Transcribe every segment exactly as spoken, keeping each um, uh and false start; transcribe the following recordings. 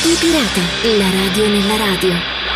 Radio Pirata, la radio nella radio.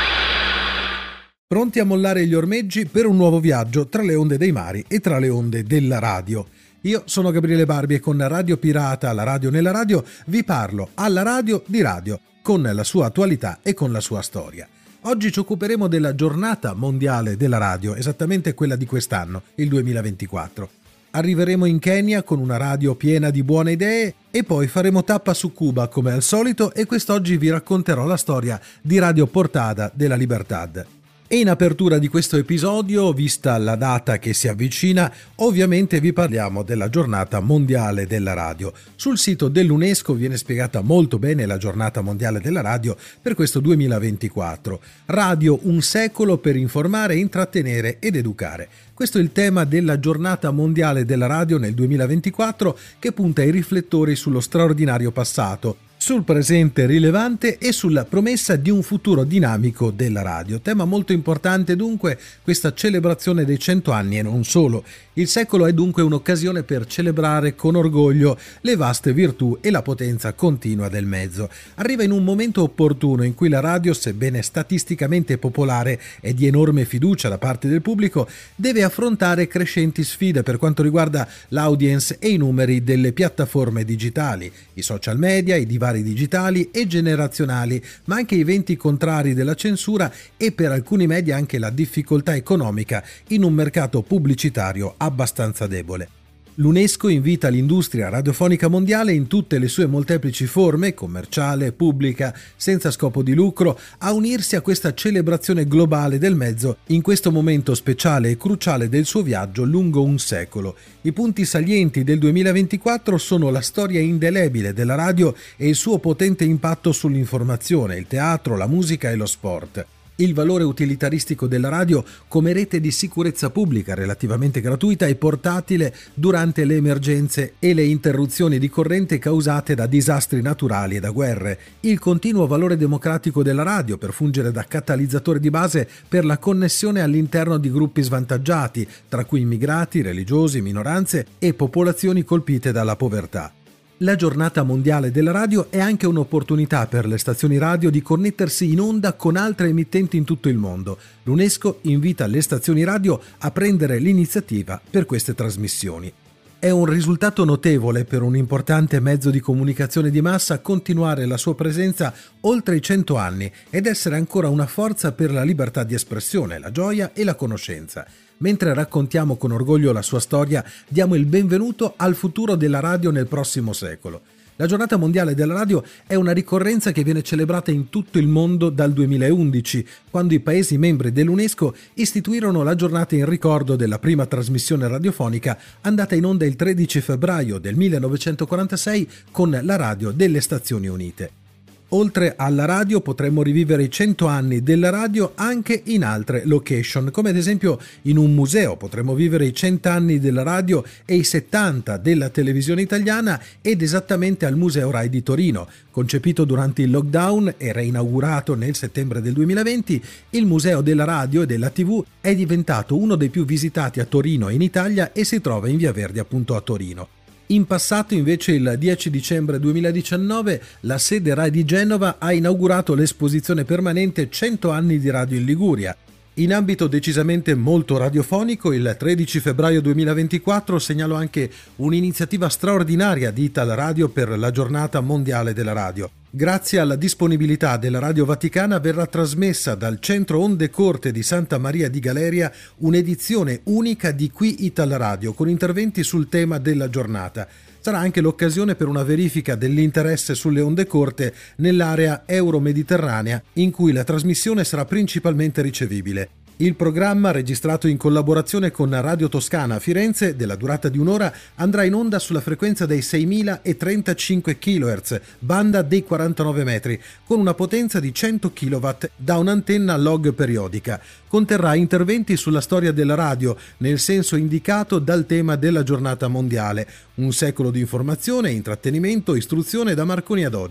Pronti a mollare gli ormeggi per un nuovo viaggio tra le onde dei mari e tra le onde della radio. Io sono Gabriele Barbi e con Radio Pirata, la radio nella radio, vi parlo alla radio di radio, con la sua attualità e con la sua storia. Oggi ci occuperemo della giornata mondiale della radio, esattamente quella di quest'anno, il duemilaventiquattro. Arriveremo in Kenya con una radio piena di buone idee e poi faremo tappa su Cuba come al solito e quest'oggi vi racconterò la storia di Radio Portada de la Libertad. E in apertura di questo episodio, vista la data che si avvicina, ovviamente vi parliamo della giornata mondiale della radio. Sul sito dell'UNESCO viene spiegata molto bene la giornata mondiale della radio per questo duemilaventiquattro. Radio, un secolo per informare, intrattenere ed educare. Questo è il tema della giornata mondiale della radio nel duemilaventiquattro che punta i riflettori sullo straordinario passato, sul presente rilevante e sulla promessa di un futuro dinamico della radio. Tema molto importante dunque questa celebrazione dei cento anni e non solo. Il secolo è dunque un'occasione per celebrare con orgoglio le vaste virtù e la potenza continua del mezzo. Arriva in un momento opportuno in cui la radio, sebbene statisticamente popolare e di enorme fiducia da parte del pubblico, deve affrontare crescenti sfide per quanto riguarda l'audience e i numeri delle piattaforme digitali, i social media, i divari digitali e generazionali, ma anche i venti contrari della censura e per alcuni media anche la difficoltà economica in un mercato pubblicitario abbastanza debole. L'UNESCO invita l'industria radiofonica mondiale in tutte le sue molteplici forme, commerciale, pubblica, senza scopo di lucro, a unirsi a questa celebrazione globale del mezzo in questo momento speciale e cruciale del suo viaggio lungo un secolo. I punti salienti del duemilaventiquattro sono la storia indelebile della radio e il suo potente impatto sull'informazione, il teatro, la musica e lo sport. Il valore utilitaristico della radio come rete di sicurezza pubblica relativamente gratuita e portatile durante le emergenze e le interruzioni di corrente causate da disastri naturali e da guerre. Il continuo valore democratico della radio per fungere da catalizzatore di base per la connessione all'interno di gruppi svantaggiati, tra cui immigrati, religiosi, minoranze e popolazioni colpite dalla povertà. La giornata mondiale della radio è anche un'opportunità per le stazioni radio di connettersi in onda con altre emittenti in tutto il mondo. L'UNESCO invita le stazioni radio a prendere l'iniziativa per queste trasmissioni. È un risultato notevole per un importante mezzo di comunicazione di massa continuare la sua presenza oltre i cento anni ed essere ancora una forza per la libertà di espressione, la gioia e la conoscenza. Mentre raccontiamo con orgoglio la sua storia, diamo il benvenuto al futuro della radio nel prossimo secolo. La giornata mondiale della radio è una ricorrenza che viene celebrata in tutto il mondo dal duemilaundici, quando i Paesi membri dell'UNESCO istituirono la giornata in ricordo della prima trasmissione radiofonica andata in onda il tredici febbraio del millenovecentoquarantasei con la radio delle Stazioni Unite. Oltre alla radio potremmo rivivere i cento anni della radio anche in altre location, come ad esempio in un museo potremmo vivere i cento anni della radio e i settanta della televisione italiana ed esattamente al Museo Rai di Torino. Concepito durante il lockdown e reinaugurato nel settembre del duemilaventi, il Museo della Radio e della tivù è diventato uno dei più visitati a Torino e in Italia e si trova in Via Verdi appunto a Torino. In passato invece il dieci dicembre duemiladiciannove la sede Rai di Genova ha inaugurato l'esposizione permanente cento anni di radio in Liguria. In ambito decisamente molto radiofonico, il tredici febbraio duemilaventiquattro segnalo anche un'iniziativa straordinaria di Ital Radio per la giornata mondiale della radio. Grazie alla disponibilità della Radio Vaticana verrà trasmessa dal Centro Onde Corte di Santa Maria di Galeria un'edizione unica di Qui Ital Radio con interventi sul tema della giornata. Sarà anche l'occasione per una verifica dell'interesse sulle onde corte nell'area euro-mediterranea in cui la trasmissione sarà principalmente ricevibile. Il programma, registrato in collaborazione con Radio Toscana a Firenze, della durata di un'ora, andrà in onda sulla frequenza dei seimilatrentacinque chilohertz, banda dei quarantanove metri, con una potenza di cento chilowatt da un'antenna log periodica. Conterrà interventi sulla storia della radio, nel senso indicato dal tema della giornata mondiale. Un secolo di informazione, intrattenimento, istruzione da Marconi ad oggi.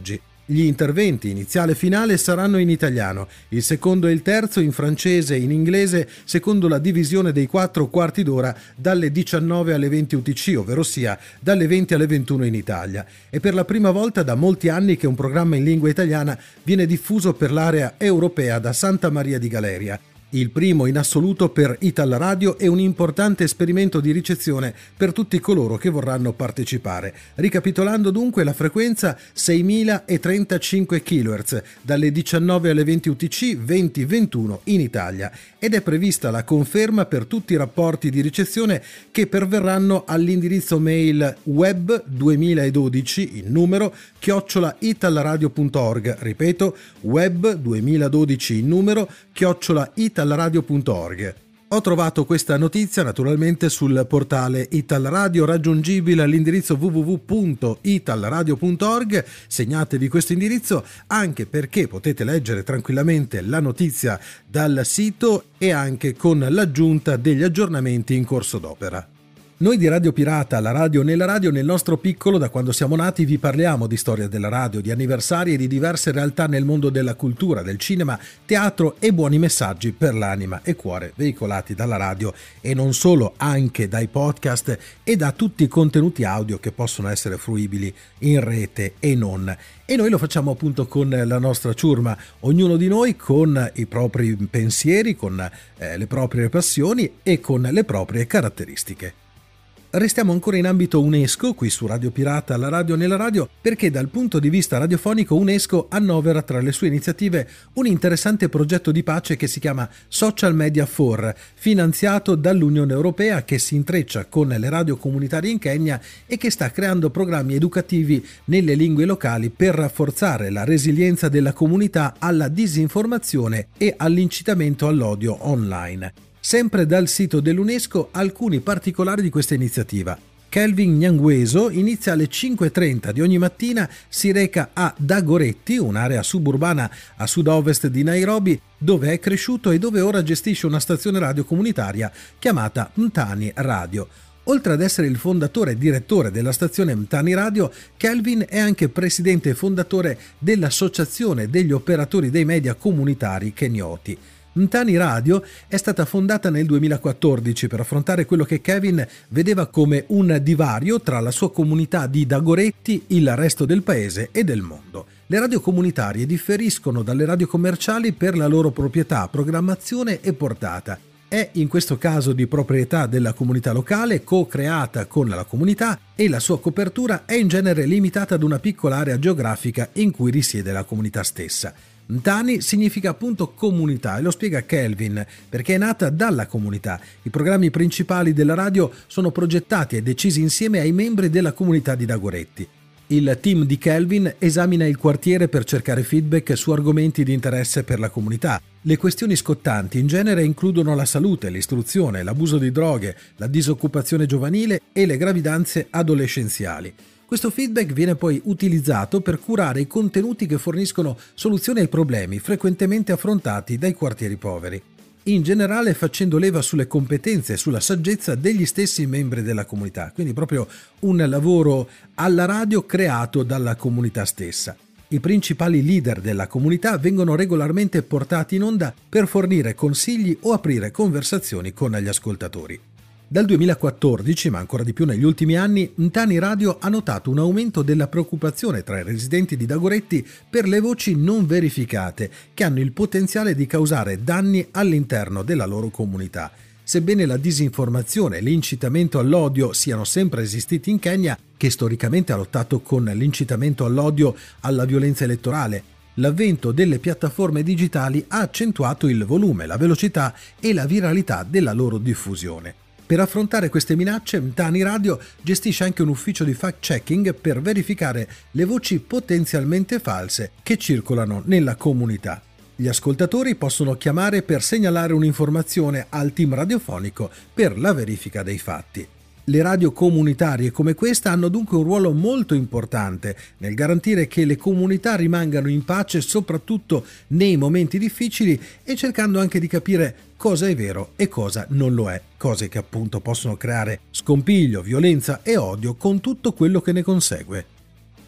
Gli interventi iniziale e finale saranno in italiano, il secondo e il terzo in francese e in inglese secondo la divisione dei quattro quarti d'ora dalle diciannove alle venti U T C, ovvero sia dalle venti alle ventuno in Italia. È per la prima volta da molti anni che un programma in lingua italiana viene diffuso per l'area europea da Santa Maria di Galeria. Il primo in assoluto per Ital Radio è un importante esperimento di ricezione per tutti coloro che vorranno partecipare. Ricapitolando dunque, la frequenza seimilatrentacinque chilohertz dalle diciannove alle venti U T C, venti ventuno in Italia, ed è prevista la conferma per tutti i rapporti di ricezione che perverranno all'indirizzo mail web duemiladodici in numero chiocciola italradio punto org, ripeto web duemiladodici in numero chiocciola italradio punto org. Ho trovato questa notizia naturalmente sul portale Ital Radio, raggiungibile all'indirizzo w w w punto italradio punto org. Segnatevi questo indirizzo anche perché potete leggere tranquillamente la notizia dal sito e anche con l'aggiunta degli aggiornamenti in corso d'opera. Noi di Radio Pirata, la radio nella radio, nel nostro piccolo, da quando siamo nati, vi parliamo di storia della radio, di anniversari e di diverse realtà nel mondo della cultura, del cinema, teatro e buoni messaggi per l'anima e cuore veicolati dalla radio e non solo, anche dai podcast e da tutti i contenuti audio che possono essere fruibili in rete e non. E noi lo facciamo appunto con la nostra ciurma, ognuno di noi con i propri pensieri, con eh, le proprie passioni e con le proprie caratteristiche. Restiamo ancora in ambito UNESCO, qui su Radio Pirata, la radio nella radio, perché dal punto di vista radiofonico UNESCO annovera tra le sue iniziative un interessante progetto di pace che si chiama Social Media for, finanziato dall'Unione Europea, che si intreccia con le radio comunitarie in Kenya e che sta creando programmi educativi nelle lingue locali per rafforzare la resilienza della comunità alla disinformazione e all'incitamento all'odio online. Sempre dal sito dell'UNESCO alcuni particolari di questa iniziativa. Kelvin Nyangweso inizia alle cinque e trenta di ogni mattina, si reca a Dagoretti, un'area suburbana a sud-ovest di Nairobi, dove è cresciuto e dove ora gestisce una stazione radio comunitaria chiamata Mtani Radio. Oltre ad essere il fondatore e direttore della stazione Mtani Radio, Kelvin è anche presidente e fondatore dell'Associazione degli operatori dei media comunitari kenyoti. Mtani Radio è stata fondata nel duemilaquattordici per affrontare quello che Kevin vedeva come un divario tra la sua comunità di Dagoretti, il resto del paese e del mondo. Le radio comunitarie differiscono dalle radio commerciali per la loro proprietà, programmazione e portata. È in questo caso di proprietà della comunità locale, co-creata con la comunità, e la sua copertura è in genere limitata ad una piccola area geografica in cui risiede la comunità stessa. Mtani significa appunto comunità e lo spiega Kelvin perché è nata dalla comunità. I programmi principali della radio sono progettati e decisi insieme ai membri della comunità di Dagoretti. Il team di Kelvin esamina il quartiere per cercare feedback su argomenti di interesse per la comunità. Le questioni scottanti in genere includono la salute, l'istruzione, l'abuso di droghe, la disoccupazione giovanile e le gravidanze adolescenziali. Questo feedback viene poi utilizzato per curare i contenuti che forniscono soluzioni ai problemi frequentemente affrontati dai quartieri poveri, in generale facendo leva sulle competenze e sulla saggezza degli stessi membri della comunità, quindi proprio un lavoro alla radio creato dalla comunità stessa. I principali leader della comunità vengono regolarmente portati in onda per fornire consigli o aprire conversazioni con gli ascoltatori. Dal duemilaquattordici, ma ancora di più negli ultimi anni, Mtani Radio ha notato un aumento della preoccupazione tra i residenti di Dagoretti per le voci non verificate che hanno il potenziale di causare danni all'interno della loro comunità. Sebbene la disinformazione e l'incitamento all'odio siano sempre esistiti in Kenya, che storicamente ha lottato con l'incitamento all'odio alla violenza elettorale, l'avvento delle piattaforme digitali ha accentuato il volume, la velocità e la viralità della loro diffusione. Per affrontare queste minacce, Mtani Radio gestisce anche un ufficio di fact-checking per verificare le voci potenzialmente false che circolano nella comunità. Gli ascoltatori possono chiamare per segnalare un'informazione al team radiofonico per la verifica dei fatti. Le radio comunitarie come questa hanno dunque un ruolo molto importante nel garantire che le comunità rimangano in pace soprattutto nei momenti difficili e cercando anche di capire cosa è vero e cosa non lo è, cose che appunto possono creare scompiglio, violenza e odio con tutto quello che ne consegue.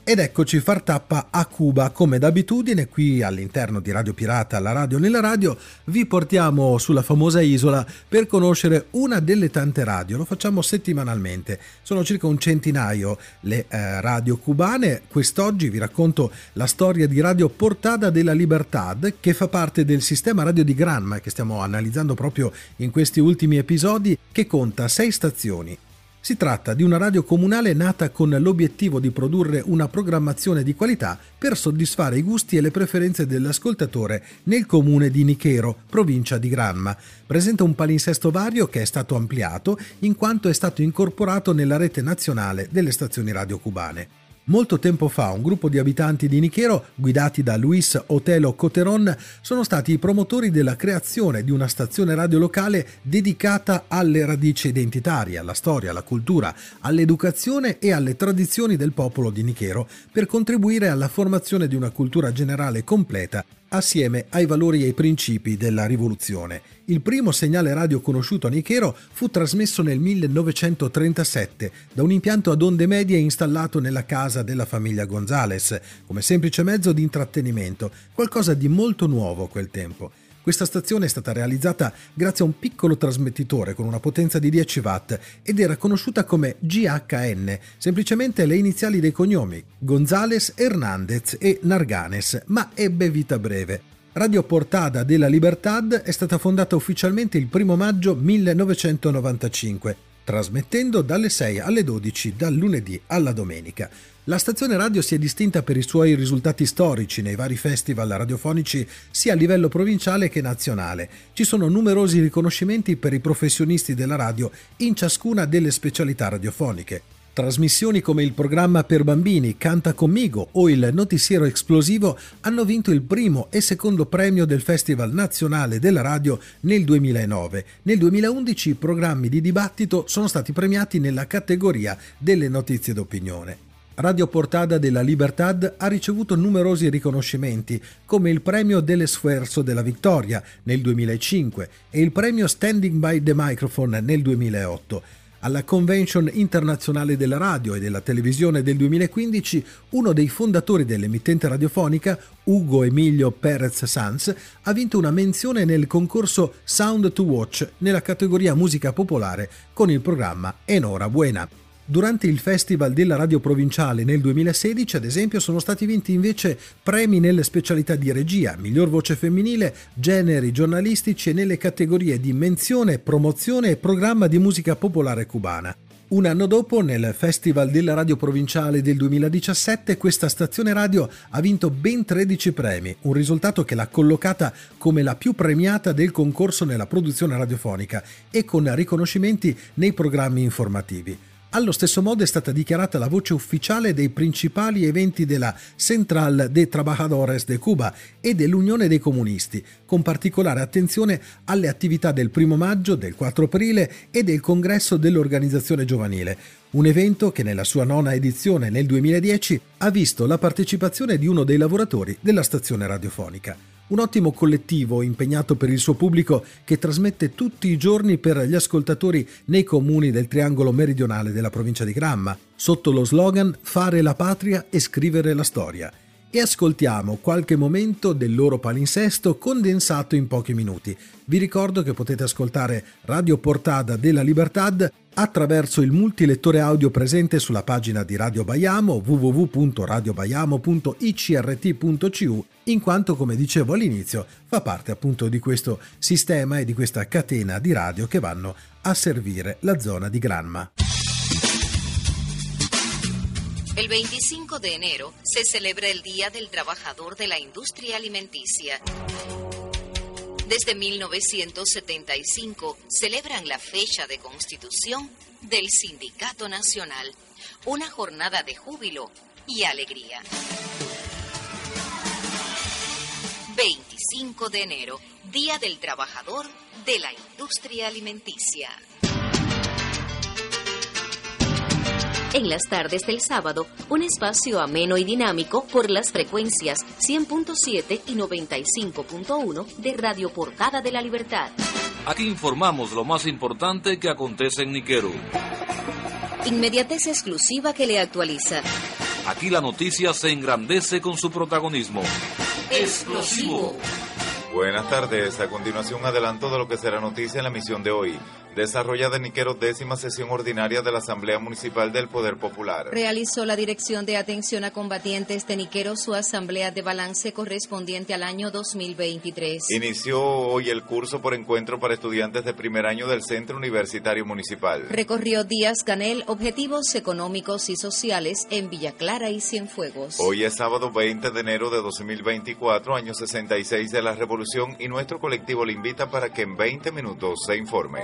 Ed eccoci far tappa a Cuba, come d'abitudine qui all'interno di Radio Pirata, la radio nella radio, vi portiamo sulla famosa isola per conoscere una delle tante radio. Lo facciamo settimanalmente, sono circa un centinaio le eh, radio cubane. Quest'oggi vi racconto la storia di Radio Portada de la Libertad, che fa parte del sistema radio di Granma che stiamo analizzando proprio in questi ultimi episodi, che conta sei stazioni. Si tratta di una radio comunale nata con l'obiettivo di produrre una programmazione di qualità per soddisfare i gusti e le preferenze dell'ascoltatore nel comune di Niquero, provincia di Granma. Presenta un palinsesto vario che è stato ampliato in quanto è stato incorporato nella rete nazionale delle stazioni radio cubane. Molto tempo fa un gruppo di abitanti di Niquero, guidati da Luis Otelo Coteron, sono stati i promotori della creazione di una stazione radio locale dedicata alle radici identitarie, alla storia, alla cultura, all'educazione e alle tradizioni del popolo di Niquero, per contribuire alla formazione di una cultura generale completa assieme ai valori e ai principi della rivoluzione. Il primo segnale radio conosciuto a Niquero fu trasmesso nel millenovecentotrentasette da un impianto ad onde medie installato nella casa della famiglia González come semplice mezzo di intrattenimento, qualcosa di molto nuovo a quel tempo. Questa stazione è stata realizzata grazie a un piccolo trasmettitore con una potenza di dieci watt ed era conosciuta come G H N, semplicemente le iniziali dei cognomi González, Hernández e Narganes, ma ebbe vita breve. Radio Portada de la Libertad è stata fondata ufficialmente il primo maggio millenovecentonovantacinque, trasmettendo dalle sei alle dodici dal lunedì alla domenica. La stazione radio si è distinta per i suoi risultati storici nei vari festival radiofonici sia a livello provinciale che nazionale. Ci sono numerosi riconoscimenti per i professionisti della radio in ciascuna delle specialità radiofoniche. Trasmissioni come il programma per bambini Canta Conmigo o il Noticiero Explosivo hanno vinto il primo e secondo premio del Festival Nazionale della Radio nel duemilanove. Nel duemilaundici i programmi di dibattito sono stati premiati nella categoria delle notizie d'opinione. Radio Portada de la Libertad ha ricevuto numerosi riconoscimenti, come il premio dell'Esfuerzo della Victoria nel duemilacinque e il premio Standing by the Microphone nel duemilaotto. Alla Convention internazionale della radio e della televisione del duemilaquindici, uno dei fondatori dell'emittente radiofonica, Hugo Emilio Pérez Sanz, ha vinto una menzione nel concorso Sound to Watch nella categoria musica popolare con il programma Enhorabuena. Durante il Festival della Radio Provinciale nel duemilasedici, ad esempio, sono stati vinti invece premi nelle specialità di regia, miglior voce femminile, generi giornalistici e nelle categorie di menzione, promozione e programma di musica popolare cubana. Un anno dopo, nel Festival della Radio Provinciale del duemiladiciassette, questa stazione radio ha vinto ben tredici premi, un risultato che l'ha collocata come la più premiata del concorso nella produzione radiofonica e con riconoscimenti nei programmi informativi. Allo stesso modo è stata dichiarata la voce ufficiale dei principali eventi della Central de Trabajadores de Cuba e dell'Unione dei Comunisti, con particolare attenzione alle attività del primo maggio, del quattro aprile e del congresso dell'organizzazione giovanile, un evento che nella sua nona edizione nel duemiladieci ha visto la partecipazione di uno dei lavoratori della stazione radiofonica. Un ottimo collettivo impegnato per il suo pubblico che trasmette tutti i giorni per gli ascoltatori nei comuni del triangolo meridionale della provincia di Granma, sotto lo slogan Fare la patria e scrivere la storia. E ascoltiamo qualche momento del loro palinsesto condensato in pochi minuti. Vi ricordo che potete ascoltare Radio Portada de la Libertad attraverso il multilettore audio presente sulla pagina di Radio Bayamo w w w punto radio bayamo punto i c r t punto c u, in quanto, come dicevo all'inizio, fa parte appunto di questo sistema e di questa catena di radio che vanno a servire la zona di Granma. El veinticinco de enero se celebra el Día del Trabajador de la Industria Alimenticia. Desde mil novecientos setenta y cinco celebran la fecha de constitución del Sindicato Nacional, una jornada de júbilo y alegría. veinticinco de enero, Día del Trabajador de la Industria Alimenticia. En las tardes del sábado, un espacio ameno y dinámico por las frecuencias cien punto siete y noventa y cinco punto uno de Radio Portada de la Libertad. Aquí informamos lo más importante que acontece en Niquero. Inmediatez exclusiva que le actualiza. Aquí la noticia se engrandece con su protagonismo. Explosivo. Buenas tardes. A continuación, adelanto de lo que será noticia en la emisión de hoy. Desarrolla de Niquero décima sesión ordinaria de la Asamblea Municipal del Poder Popular. Realizó la Dirección de Atención a Combatientes de Niquero su asamblea de balance correspondiente al año dos mil veintitrés. Inició hoy el curso por encuentro para estudiantes de primer año del Centro Universitario Municipal. Recorrió Díaz Canel objetivos económicos y sociales en Villa Clara y Cienfuegos. Hoy es sábado veinte de enero de dos mil veinticuatro, año sesenta y seis de la Revolución, y nuestro colectivo le invita para que en veinte minutos se informe.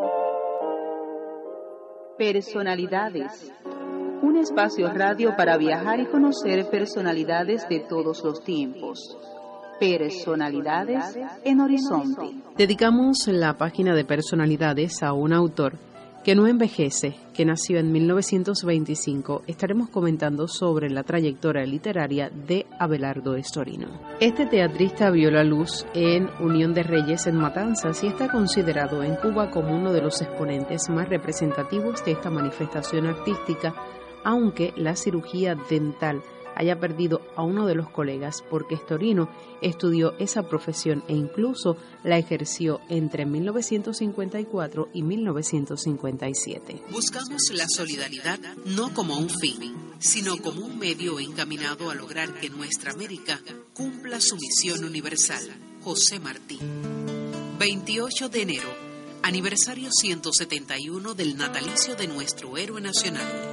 Personalidades. Un espacio radio para viajar y conocer personalidades de todos los tiempos. Personalidades en Horizonte. Dedicamos la página de personalidades a un autor que no envejece, que nació en mil novecientos veinticinco. Estaremos comentando sobre la trayectoria literaria de Abelardo Estorino. Este teatrista vio la luz en Unión de Reyes en Matanzas y está considerado en Cuba como uno de los exponentes más representativos de esta manifestación artística, aunque la cirugía dental haya perdido a uno de los colegas, porque Estorino estudió esa profesión e incluso la ejerció entre mil novecientos cincuenta y cuatro y mil novecientos cincuenta y siete. Buscamos la solidaridad no como un fin, sino como un medio encaminado a lograr que nuestra América cumpla su misión universal. José Martí. veintiocho de enero, aniversario ciento setenta y uno del natalicio de nuestro héroe nacional.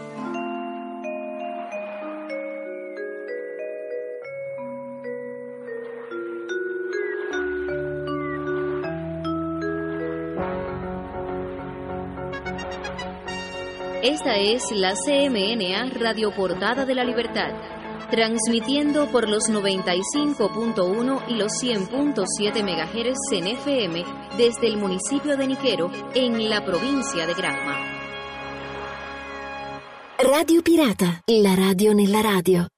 Esta es la C M N A Radio Portada de la Libertad, transmitiendo por los noventa y cinco punto uno y los cien punto siete megahertz en F M desde el municipio de Niquero, en la provincia de Granma. Radio Pirata, la radio nella radio.